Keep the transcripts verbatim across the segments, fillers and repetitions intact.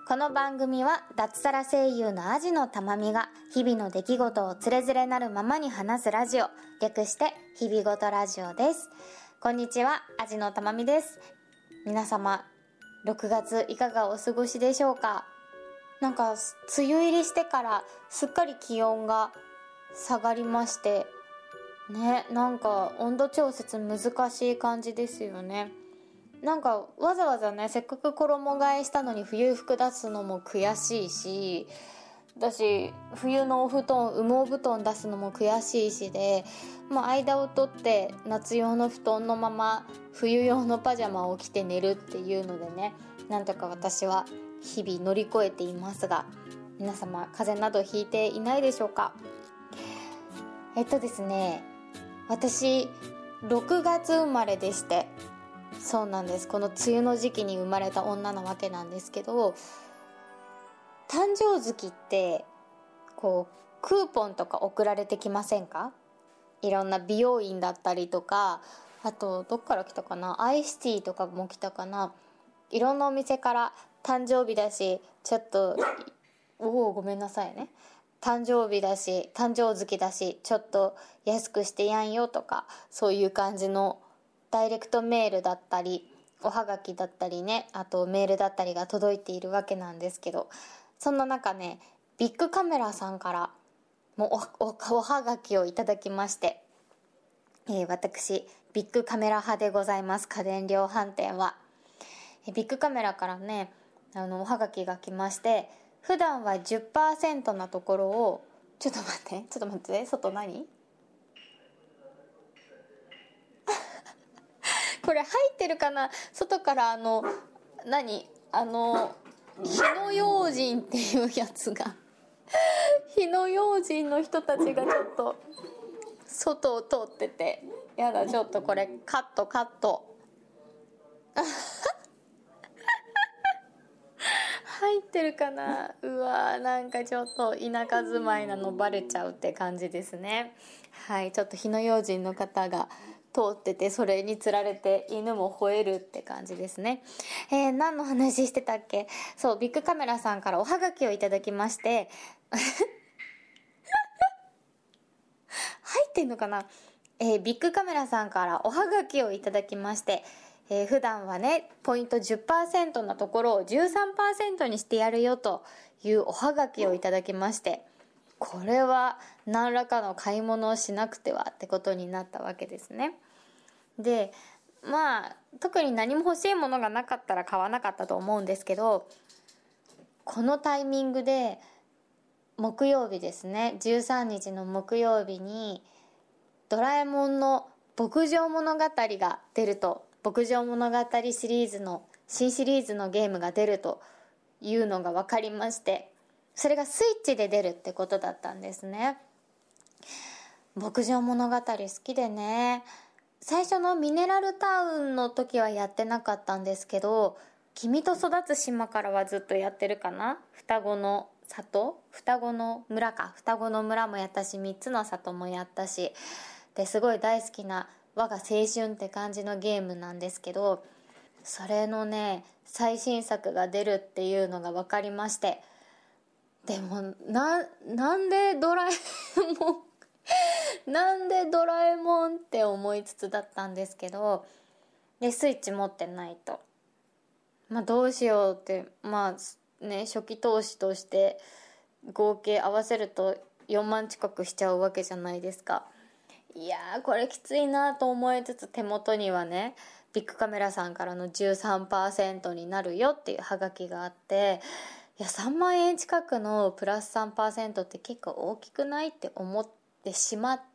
この番組は脱サラ声優のアジのたまみが日々の出来事をつれづれなるままに話すラジオ、略して日々ごとラジオです。こんにちは、アジのたまみです。皆様ろくがついかがお過ごしでしょうか。なんか梅雨入りしてからすっかり気温が下がりましてね、なんか温度調節難しい感じですよね。なんかわざわざね、せっかく衣替えしたのに冬服出すのも悔しいし、だし冬のお布団、羽毛布団出すのも悔しいしで、もう間を取って夏用の布団のまま冬用のパジャマを着て寝るっていうのでね、なんとか私は日々乗り越えていますが、皆様風邪などひいていないでしょうか。えっとですね私ろくがつ生まれでして、そうなんです、この梅雨の時期に生まれた女なわけなんですけど、誕生月ってこうクーポンとか送られてきませんか？いろんな美容院だったりとか、あとどっから来たかな、アイシティとかも来たかな、いろんなお店から誕生日だしちょっとおおごめんなさいね、誕生日だし誕生月だしちょっと安くしてやんよとか、そういう感じのダイレクトメールだったりおはがきだったりね、あとメールだったりが届いているわけなんですけど、そんな中ね、ビッグカメラさんからもうお, お, おはがきをいただきまして、えー、私ビッグカメラ派でございます。家電量販店は、えー、ビッグカメラからね、あのおはがきが来まして、普段は じゅっパーセント なところを、ちょっと待ってちょっと待って外何これ入ってるかな、外からあの何あの火の用心っていうやつが火の用心の人たちがちょっと外を通ってて、やだ、ちょっとこれカットカット入ってるかな、うわー、なんかちょっと田舎住まいなのバレちゃうって感じですね。はい、ちょっと火の用心の方が通ってて、それにつられて犬も吠えるって感じですね。えー、何の話してたっけ。そう、ビッグカメラさんからおはがきをいただきまして入ってんのかな、えー、ビッグカメラさんからおはがきをいただきまして、えー、普段はねポイント じゅっパーセント のところを じゅうさんパーセント にしてやるよというおはがきをいただきまして、これは何らかの買い物をしなくてはってことになったわけですね。でまあ特に何も欲しいものがなかったら買わなかったと思うんですけど、このタイミングで木曜日ですね、じゅうさんにちの木曜日にドラえもんの牧場物語が出ると、牧場物語シリーズの新シリーズのゲームが出るというのが分かりまして、それがスイッチで出るってことだったんですね。牧場物語好きでね、最初のミネラルタウンの時はやってなかったんですけど、君と育つ島からはずっとやってるかな。双子の里双子の村か双子の村もやったし、みっつの里もやったしですごい大好きな我が青春って感じのゲームなんですけど、それのね最新作が出るっていうのが分かりまして、でもななんでドラえもんなんでドラえもんって思いつつだったんですけど、でスイッチ持ってないと、まあどうしようって、まあね初期投資として合計合わせるとよんまん近くしちゃうわけじゃないですか。いやーこれきついなと思いつつ、手元にはねビッグカメラさんからの じゅうさんパーセント になるよっていうハガキがあって、いやさんまんえん近くのプラス さんパーセント って結構大きくないって思ってしまって、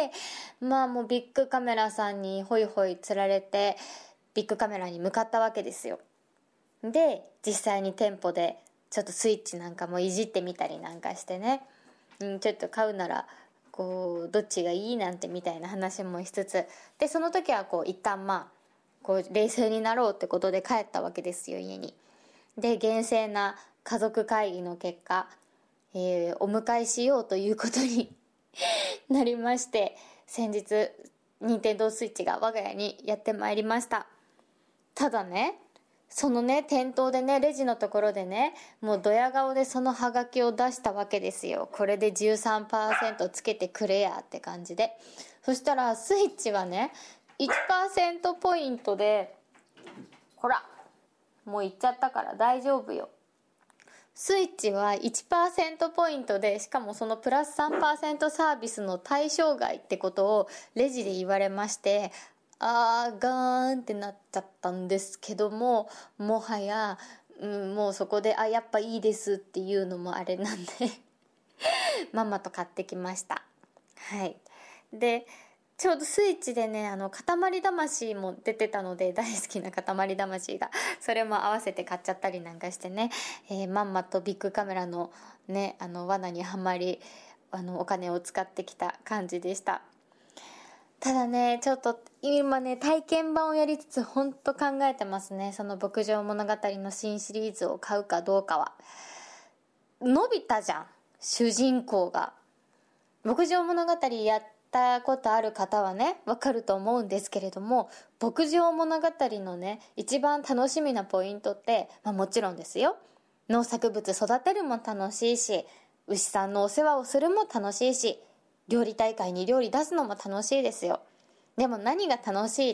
まあもうビッグカメラさんにホイホイつられてビッグカメラに向かったわけですよ。で実際に店舗でちょっとスイッチなんかもいじってみたりなんかしてね、うん、ちょっと買うならこうどっちがいいなんてみたいな話もしつつで、その時はこう一旦まあこう冷静になろうってことで帰ったわけですよ、家に。で厳正な家族会議の結果、えー、お迎えしようということになりまして、先日任天堂スイッチが我が家にやってまいりました。ただねそのね店頭でねレジのところでねもうドヤ顔でそのハガキを出したわけですよ。これで じゅうさんパーセント つけてくれやって感じで、そしたらスイッチはね いちパーセント ポイントで、ほらもう言っちゃったから大丈夫よ。スイッチは いちパーセント ポイントで、しかもそのプラス さんパーセント サービスの対象外ってことをレジで言われまして、あーガーンってなっちゃったんですけども、もはや、うん、もうそこであやっぱいいですっていうのもあれなんでママと買ってきました。はい。でちょうどスイッチでねあの塊魂も出てたので、大好きな塊魂がそれも合わせて買っちゃったりなんかしてね、えー、まんまとビッグカメラのねあの罠にはまり、あのお金を使ってきた感じでした。ただねちょっと今ね体験版をやりつつ本当考えてますね。その牧場物語の新シリーズを買うかどうかは。のび太じゃん主人公が。牧場物語やったことある方はねわかると思うんですけれども、牧場物語のね一番楽しみなポイントって、まあ、もちろんですよ、農作物育てるも楽しいし、牛さんのお世話をするも楽しいし、料理大会に料理出すのも楽しいですよ。でも何が楽しいって、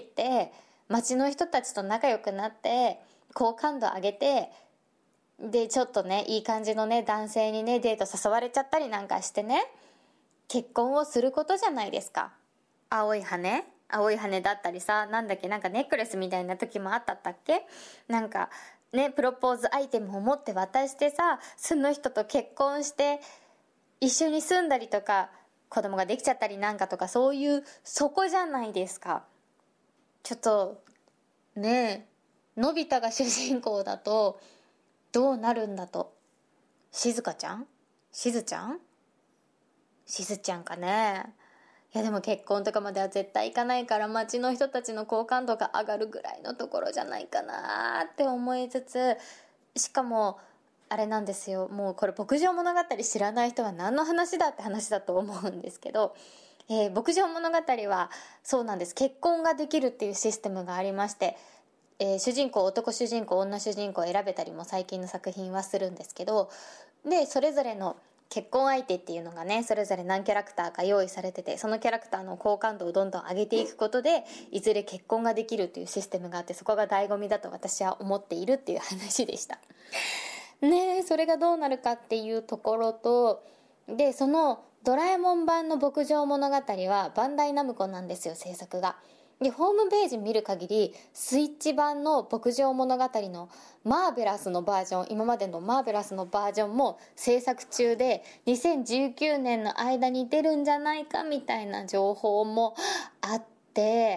町の人たちと仲良くなって好感度上げて、でちょっとねいい感じのね男性にねデート誘われちゃったりなんかしてね、結婚をすることじゃないですか。青い羽青い羽だったりさ、なんだっけ、なんかネックレスみたいな時もあったったっけ、なんかねプロポーズアイテムを持って渡してさ、その人と結婚して一緒に住んだりとか子供ができちゃったりなんかとか、そういうそこじゃないですか。ちょっとねえのび太が主人公だとどうなるんだと。しずかちゃんしずちゃんしずちゃんかね。いやでも結婚とかまでは絶対いかないから、町の人たちの好感度が上がるぐらいのところじゃないかなって思いつつ、しかもあれなんですよ、もうこれ牧場物語知らない人は何の話だって話だと思うんですけど、えー、牧場物語はそうなんです、結婚ができるっていうシステムがありまして、えー、主人公男主人公女主人公を選べたりも最近の作品はするんですけど、でそれぞれの結婚相手っていうのがねそれぞれ何キャラクターか用意されてて、そのキャラクターの好感度をどんどん上げていくことでいずれ結婚ができるっていうシステムがあって、そこが醍醐味だと私は思っているっていう話でしたね。えそれがどうなるかっていうところと、でそのドラえもん版の牧場物語はバンダイナムコなんですよ、制作が。でホームページ見る限りスイッチ版の牧場物語のマーベラスのバージョン、今までのマーベラスのバージョンも制作中でにせんじゅうきゅうねんの間に出るんじゃないかみたいな情報もあって、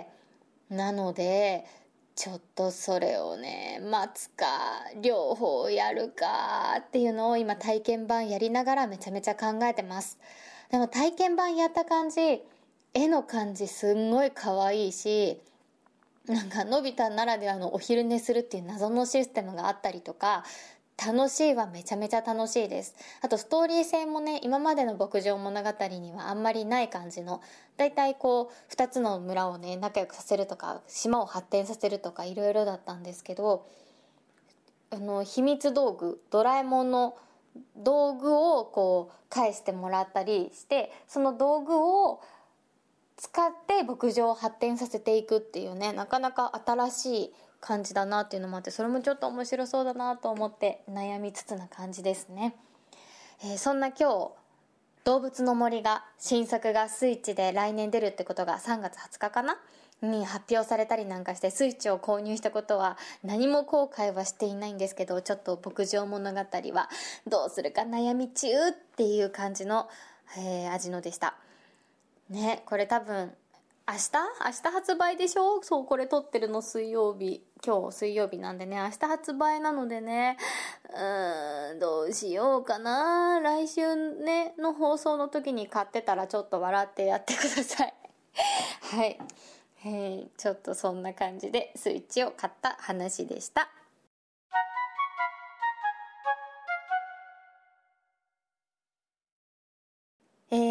なのでちょっとそれをね待つか両方やるかっていうのを今体験版やりながらめちゃめちゃ考えてます。でも体験版やった感じ、絵の感じすんごい可愛いし、なんかのび太ならではのお昼寝するっていう謎のシステムがあったりとか、楽しいはめちゃめちゃ楽しいです。あとストーリー性もね今までの牧場物語にはあんまりない感じの、だいたいこうふたつの村をね仲良くさせるとか島を発展させるとかいろいろだったんですけど、あの秘密道具ドラえもんの道具をこう返してもらったりして、その道具を使って牧場を発展させていくっていうね、なかなか新しい感じだなっていうのもあって、それもちょっと面白そうだなと思って悩みつつな感じですね。えー、そんな今日動物の森が新作がスイッチで来年出るってことがさんがつはつかかなに発表されたりなんかして、スイッチを購入したことは何も後悔はしていないんですけど、ちょっと牧場物語はどうするか悩み中っていう感じの、えー、味のでしたね。これ多分明日明日発売でしょ。そう、これ撮ってるの水曜日、今日水曜日なんでね、明日発売なのでね、うーんどうしようかな。来週ねの放送の時に買ってたらちょっと笑ってやってくださいはい、えー、ちょっとそんな感じでスイッチを買った話でした。え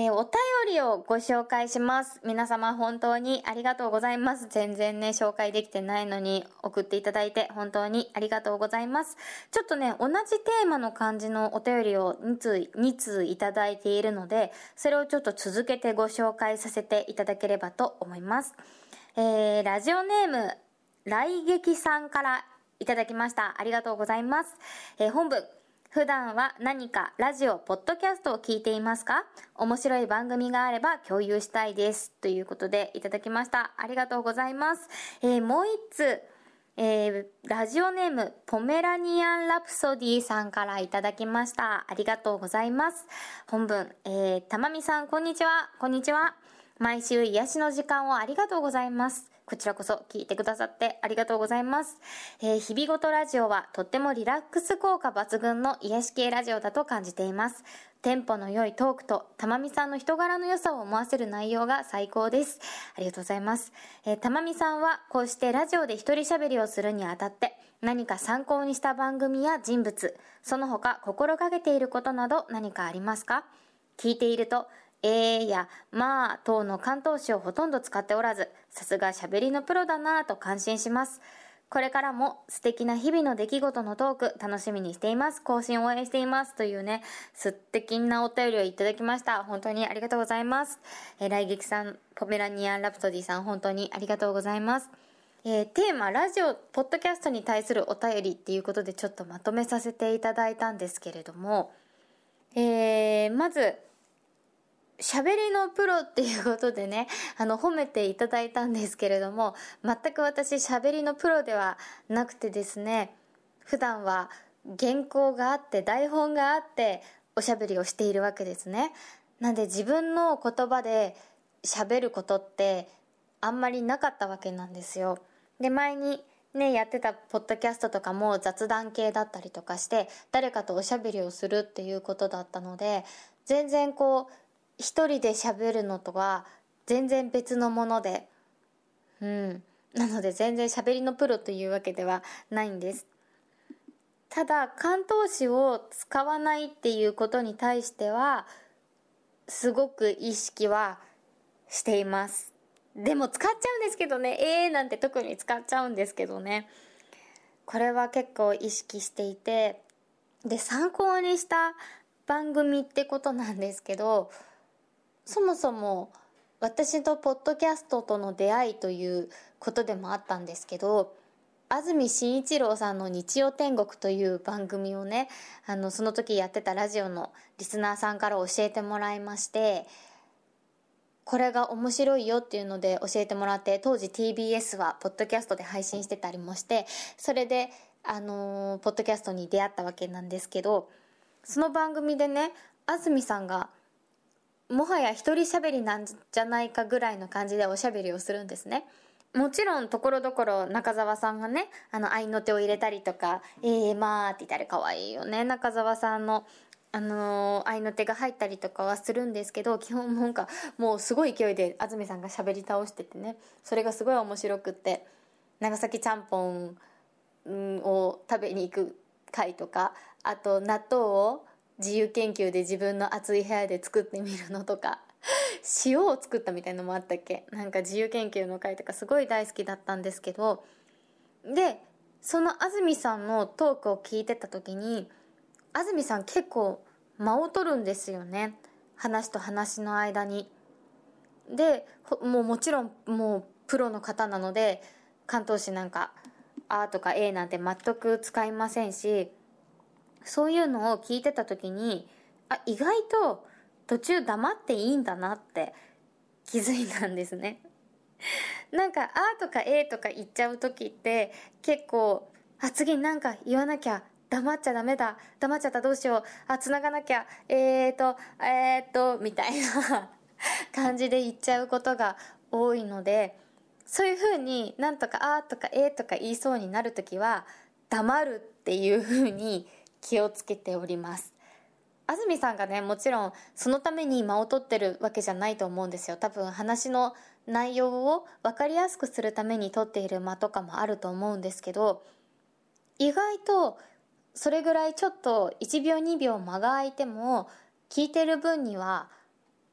えー、お便りをご紹介します。皆様本当にありがとうございます。全然ね、紹介できてないのに送っていただいて本当にありがとうございます。ちょっとね、同じテーマの感じのお便りをに通、に通いただいているので、それをちょっと続けてご紹介させていただければと思います。えー、ラジオネーム、来劇さんからいただきました。ありがとうございます。えー、本文。普段は何かラジオ、ポッドキャストを聞いていますか？面白い番組があれば共有したいです。ということでいただきました。ありがとうございます。えー、もう一つ、えー、ラジオネーム、ポメラニアンラプソディさんからいただきました。ありがとうございます。本文、えー、たまみさん、こんにちは。こんにちは。毎週癒しの時間をありがとうございます。こちらこそ聞いてくださってありがとうございます。えー、日々ごとラジオはとってもリラックス効果抜群の癒し系ラジオだと感じています。テンポの良いトークとたまみさんの人柄の良さを思わせる内容が最高です。ありがとうございます。えー、たまみさんはこうしてラジオで一人喋りをするにあたって何か参考にした番組や人物、その他心がけていることなど何かありますか？聞いているとえーやまあ等の関東詞をほとんど使っておらず、さすが喋りのプロだなぁと感心します。これからも素敵な日々の出来事のトーク楽しみにしています。更新応援しています。というね、素敵なお便りをいただきました。本当にありがとうございます。えー、来劇さん、ポメラニアンラプソディさん、本当にありがとうございます。えー、テーマ、ラジオ、ポッドキャストに対するお便りっていうことでちょっとまとめさせていただいたんですけれども、えー、まず、喋りのプロっていうことでね、あの褒めていただいたんですけれども、全く私喋りのプロではなくてですね、普段は原稿があって台本があっておしゃべりをしているわけですね。なんで自分の言葉で喋ることってあんまりなかったわけなんですよ。で、前にね、やってたポッドキャストとかも雑談系だったりとかして誰かとおしゃべりをするっていうことだったので、全然こう一人で喋るのとは全然別のもので、うん。なので全然喋りのプロというわけではないんです。ただ、関東詞を使わないっていうことに対しては、すごく意識はしています。でも使っちゃうんですけどね、えーなんて特に使っちゃうんですけどね。これは結構意識していて、で、参考にした番組ってことなんですけど、そもそも私とポッドキャストとの出会いということでもあったんですけど、安住紳一郎さんの日曜天国という番組をね、あのその時やってたラジオのリスナーさんから教えてもらいまして、これが面白いよっていうので教えてもらって、当時 ティービーエス はポッドキャストで配信してたりもして、それであのー、ポッドキャストに出会ったわけなんですけど、その番組でね、安住さんがもはや一人喋りなんじゃないかぐらいの感じでおしゃべりをするんですね。もちろんところどころ中澤さんがね、あの合いの手を入れたりとか、えーまーって言ったり可愛いよね、中澤さんのあのー、合いの手が入ったりとかはするんですけど、基本なんかもうすごい勢いで安住さんが喋り倒しててね、それがすごい面白くって、長崎ちゃんぽんを食べに行く回とか、あと納豆を自由研究で自分の熱い部屋で作ってみるのとか、塩を作ったみたいのもあったっけ、なんか自由研究の回とかすごい大好きだったんですけど、でその安住さんのトークを聞いてた時に、安住さん結構間を取るんですよね、話と話の間に。でもうもちろんもうプロの方なので、関東詞なんか「あ」とか「え」なんて全く使いませんし、そういうのを聞いてた時に、あ、意外と途中黙っていいんだなって気づいたんですね。なんか「あ」とか「え」とか言っちゃう時って結構、あ、次なんか言わなきゃ、黙っちゃダメだ、黙っちゃったどうしよう、あ、繋がなきゃ、えーとえーとみたいな感じで言っちゃうことが多いので、そういう風になんとか「あ」とか「え」とか言いそうになる時は黙るっていう風に気をつけております。安住さんがね、もちろんそのために間を取ってるわけじゃないと思うんですよ。多分話の内容を分かりやすくするために取っている間とかもあると思うんですけど、意外とそれぐらいちょっといちびょうにびょう間が空いても聞いてる分には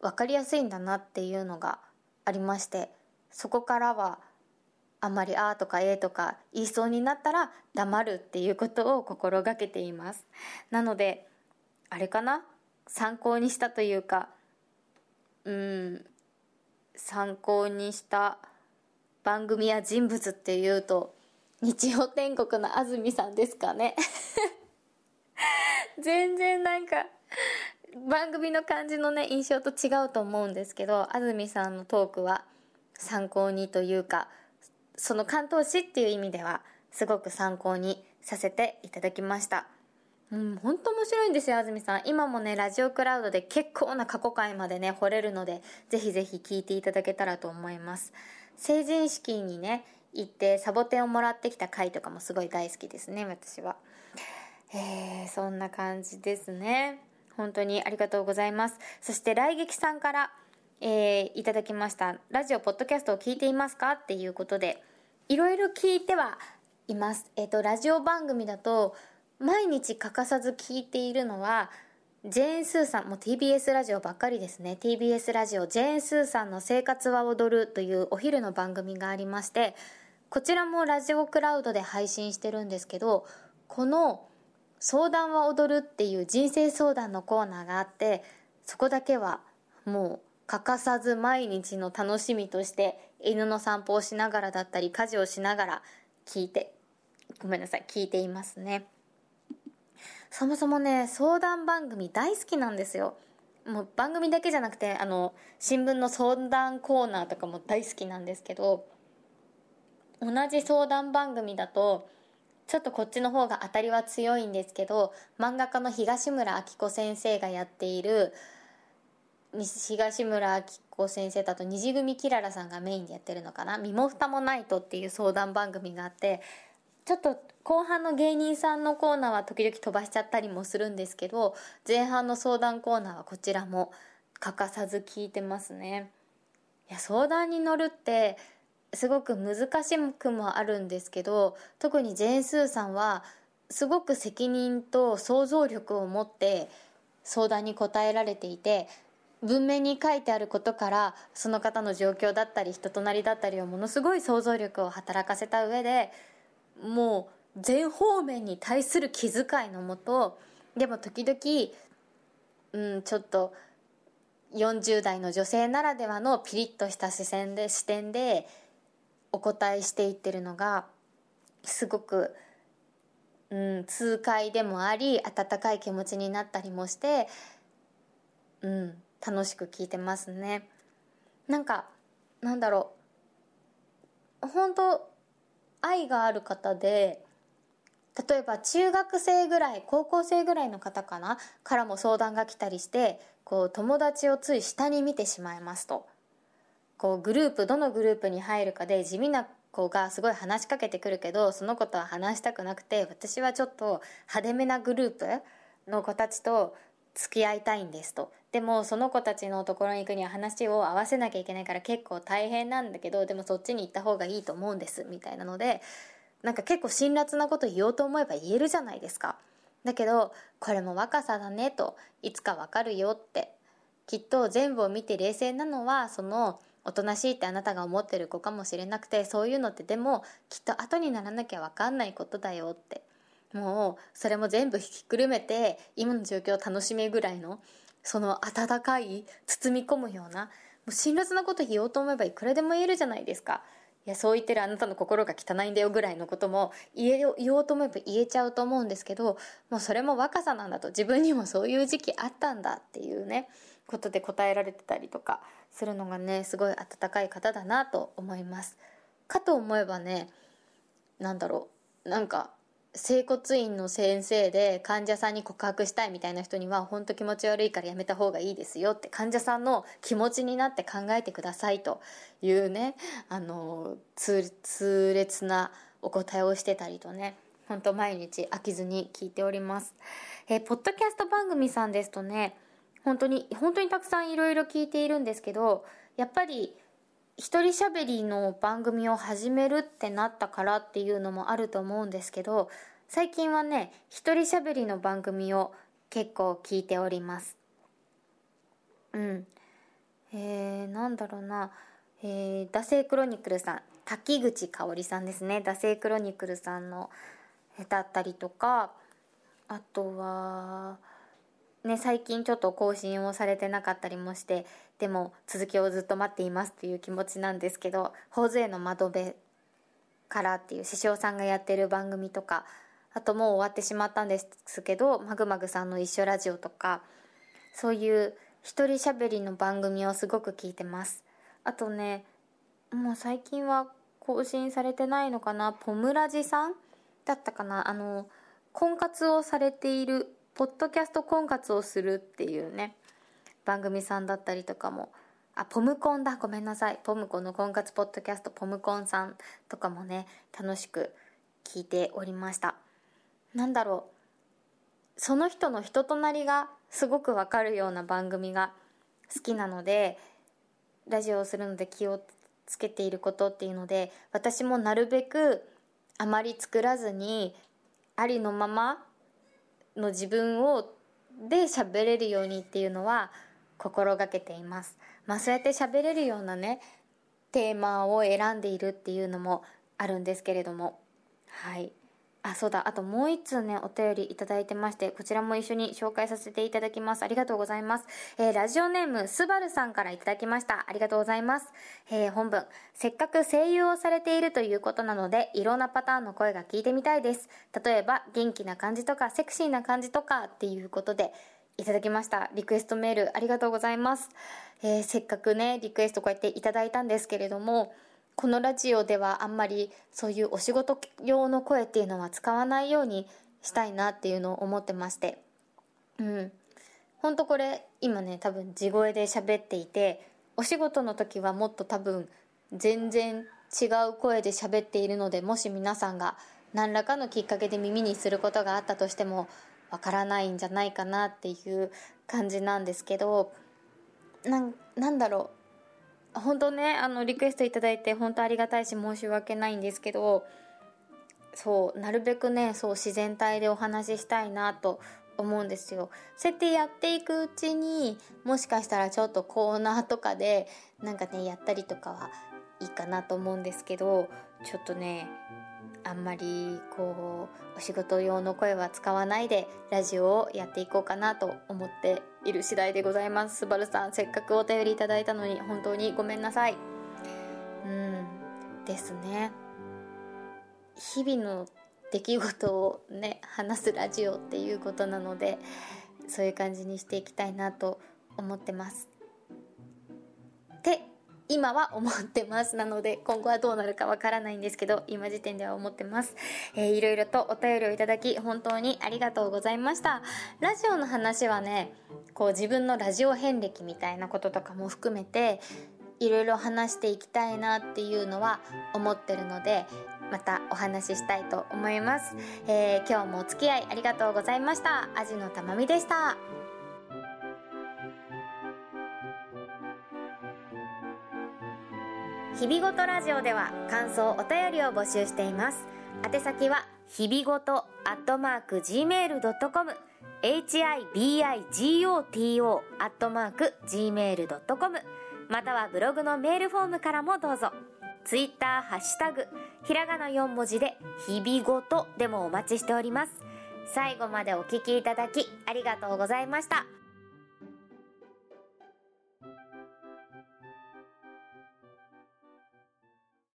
分かりやすいんだなっていうのがありまして、そこからはあんまり「あ」とか「え」とか言いそうになったら黙るっていうことを心がけています。なのであれかな、参考にしたというか、うーん参考にした番組や人物っていうと日曜天国の安住さんですかね全然なんか番組の感じのね印象と違うと思うんですけど、安住さんのトークは参考にというか、その関東史っていう意味ではすごく参考にさせていただきました。うん、本当面白いんですよ安住さん。今もねラジオクラウドで結構な過去回までね掘れるので、ぜひぜひ聞いていただけたらと思います。成人式にね行ってサボテンをもらってきた回とかもすごい大好きですね、私は。えー、そんな感じですね。本当にありがとうございます。そして来劇さんから、えー、いただきました。ラジオポッドキャストを聞いていますかっていうことで、いろいろ聞いてはいます。えっとラジオ番組だと毎日欠かさず聞いているのはジェーン・スーさん、もう ティービーエス ラジオばっかりですね。 ティービーエス ラジオジェーン・スーさんの生活は踊るというお昼の番組がありまして、こちらもラジオクラウドで配信してるんですけど、この相談は踊るっていう人生相談のコーナーがあって、そこだけはもう欠かさず毎日の楽しみとして犬の散歩をしながらだったり家事をしながら聞いてごめんなさい聞いていますね。そもそもね相談番組大好きなんですよ。もう番組だけじゃなくてあの新聞の相談コーナーとかも大好きなんですけど、同じ相談番組だとちょっとこっちの方が当たりは強いんですけど、漫画家の東村明子先生がやっている東村明子先生とあと虹組きららさんがメインでやってるのかな、身も蓋もないとっていう相談番組があって、ちょっと後半の芸人さんのコーナーは時々飛ばしちゃったりもするんですけど、前半の相談コーナーはこちらも欠かさず聞いてますね。いや相談に乗るってすごく難しくもあるんですけど、特にジェーン・スーさんはすごく責任と想像力を持って相談に答えられていて、文面に書いてあることからその方の状況だったり人となりだったりをものすごい想像力を働かせた上で、もう全方面に対する気遣いのもと、でも時々うんちょっとよんじゅう代の女性ならではのピリッとした視線で視点でお答えしていってるのがすごく、うん、痛快でもあり温かい気持ちになったりもして、うん、楽しく聞いてますね。なんかなんだろう、本当愛がある方で、例えば中学生ぐらい高校生ぐらいの方かなからも相談が来たりして、こう友達をつい下に見てしまいますと、こうグループどのグループに入るかで地味な子がすごい話しかけてくるけどその子とは話したくなくて、私はちょっと派手めなグループの子たちと付き合いたいんですと。でもその子たちのところに行くには話を合わせなきゃいけないから結構大変なんだけど、でもそっちに行った方がいいと思うんですみたいなので、なんか結構辛辣なこと言おうと思えば言えるじゃないですか。だけどこれも若さだねと、いつかわかるよって、きっと全部を見て冷静なのはそのおとなしいってあなたが思ってる子かもしれなくて、そういうのってでもきっと後にならなきゃ分かんないことだよって、もうそれも全部ひっくるめて今の状況を楽しめぐらいのその温かい包み込むような、もう辛辣なこと言おうと思えばいくらでも言えるじゃないですか。いやそう言ってるあなたの心が汚いんだよぐらいのことも言え言おうと思えば言えちゃうと思うんですけど、もうそれも若さなんだと、自分にもそういう時期あったんだっていうねことで答えられてたりとかするのがね、すごい温かい方だなと思います。かと思えばね、なんだろう、なんか整骨院の先生で患者さんに告白したいみたいな人には本当気持ち悪いからやめた方がいいですよって、患者さんの気持ちになって考えてくださいというね、あの痛痛烈なお答えをしてたりとね、本当毎日飽きずに聞いております。えー、ポッドキャスト番組さんですとね、本当に本当にたくさんいろいろ聞いているんですけど、やっぱり一人喋りの番組を始めるってなったからっていうのもあると思うんですけど、最近はね一人喋りの番組を結構聞いております。うんえー、なんだろうな、えー、惰性クロニクルさん、滝口香織さんですね。惰性クロニクルさんのだったりとか、あとはね、最近ちょっと更新をされてなかったりもして、でも続きをずっと待っていますっていう気持ちなんですけど、頬杖の窓辺からっていう獅子王さんがやってる番組とか、あともう終わってしまったんですけど、マグマグさんの一緒ラジオとか、そういう一人喋りの番組をすごく聞いてます。あとね、もう最近は更新されてないのかな、ポムラジさんだったかな、あの婚活をされている、ポッドキャスト婚活をするっていうね番組さんだったりとかも、あ、ポムコンだ、ごめんなさい、ポムコンの婚活ポッドキャストポムコンさんとかもね楽しく聞いておりました。なんだろう、その人の人となりがすごくわかるような番組が好きなので、ラジオをするので気をつけていることっていうので、私もなるべくあまり作らずにありのままの自分をで喋れるようにっていうのは心がけています。まあそうやって喋れるようなねテーマを選んでいるっていうのもあるんですけれども、はい。あ、そうだ、あともう一通ねお便りいただいてまして、こちらも一緒に紹介させていただきます。ありがとうございます。えー、ラジオネームスバルさんからいただきました。ありがとうございます。えー、本文、せっかく声優をされているということなので、いろんなパターンの声が聞いてみたいです。例えば元気な感じとかセクシーな感じとかっていうことでいただきました。リクエストメールありがとうございます。えー、せっかくねリクエストこうやっていただいたんですけれども、このラジオではあんまりそういうお仕事用の声っていうのは使わないようにしたいなっていうのを思ってまして、うん、ほんとこれ今ね多分地声で喋っていて、お仕事の時はもっと多分全然違う声で喋っているので、もし皆さんが何らかのきっかけで耳にすることがあったとしてもわからないんじゃないかなっていう感じなんですけど、なん、なんだろう、本当ね、あのリクエストいただいて本当ありがたいし申し訳ないんですけど、そうなるべくねそう自然体でお話ししたいなと思うんですよ。そうやってやっていくうちにもしかしたらちょっとコーナーとかでなんかねやったりとかはいいかなと思うんですけど、ちょっとねあんまりこうお仕事用の声は使わないでラジオをやっていこうかなと思っている次第でございます。スバルさん、せっかくお便りいただいたのに本当にごめんなさい。うんですね。日々の出来事をね話すラジオっていうことなので、そういう感じにしていきたいなと思ってますって今は思ってます。なので今後はどうなるかわからないんですけど、今時点では思ってます。えー、いろいろとお便りをいただき本当にありがとうございました。ラジオの話はね、こう自分のラジオ遍歴みたいなこととかも含めていろいろ話していきたいなっていうのは思ってるので、またお話ししたいと思います。えー、今日もお付き合いありがとうございました。アジのたまみでした。日々ごとラジオでは感想お便りを募集しています。宛先は日々ごとアットマーク ジーメールドットコム エイチアイビーアイジーオーティーオー アットマーク ジーメールドットコム、 またはブログのメールフォームからもどうぞ。ツイッターハッシュタグひらがなよん文字で日々ごとでもお待ちしております。最後までお聞きいただきありがとうございました。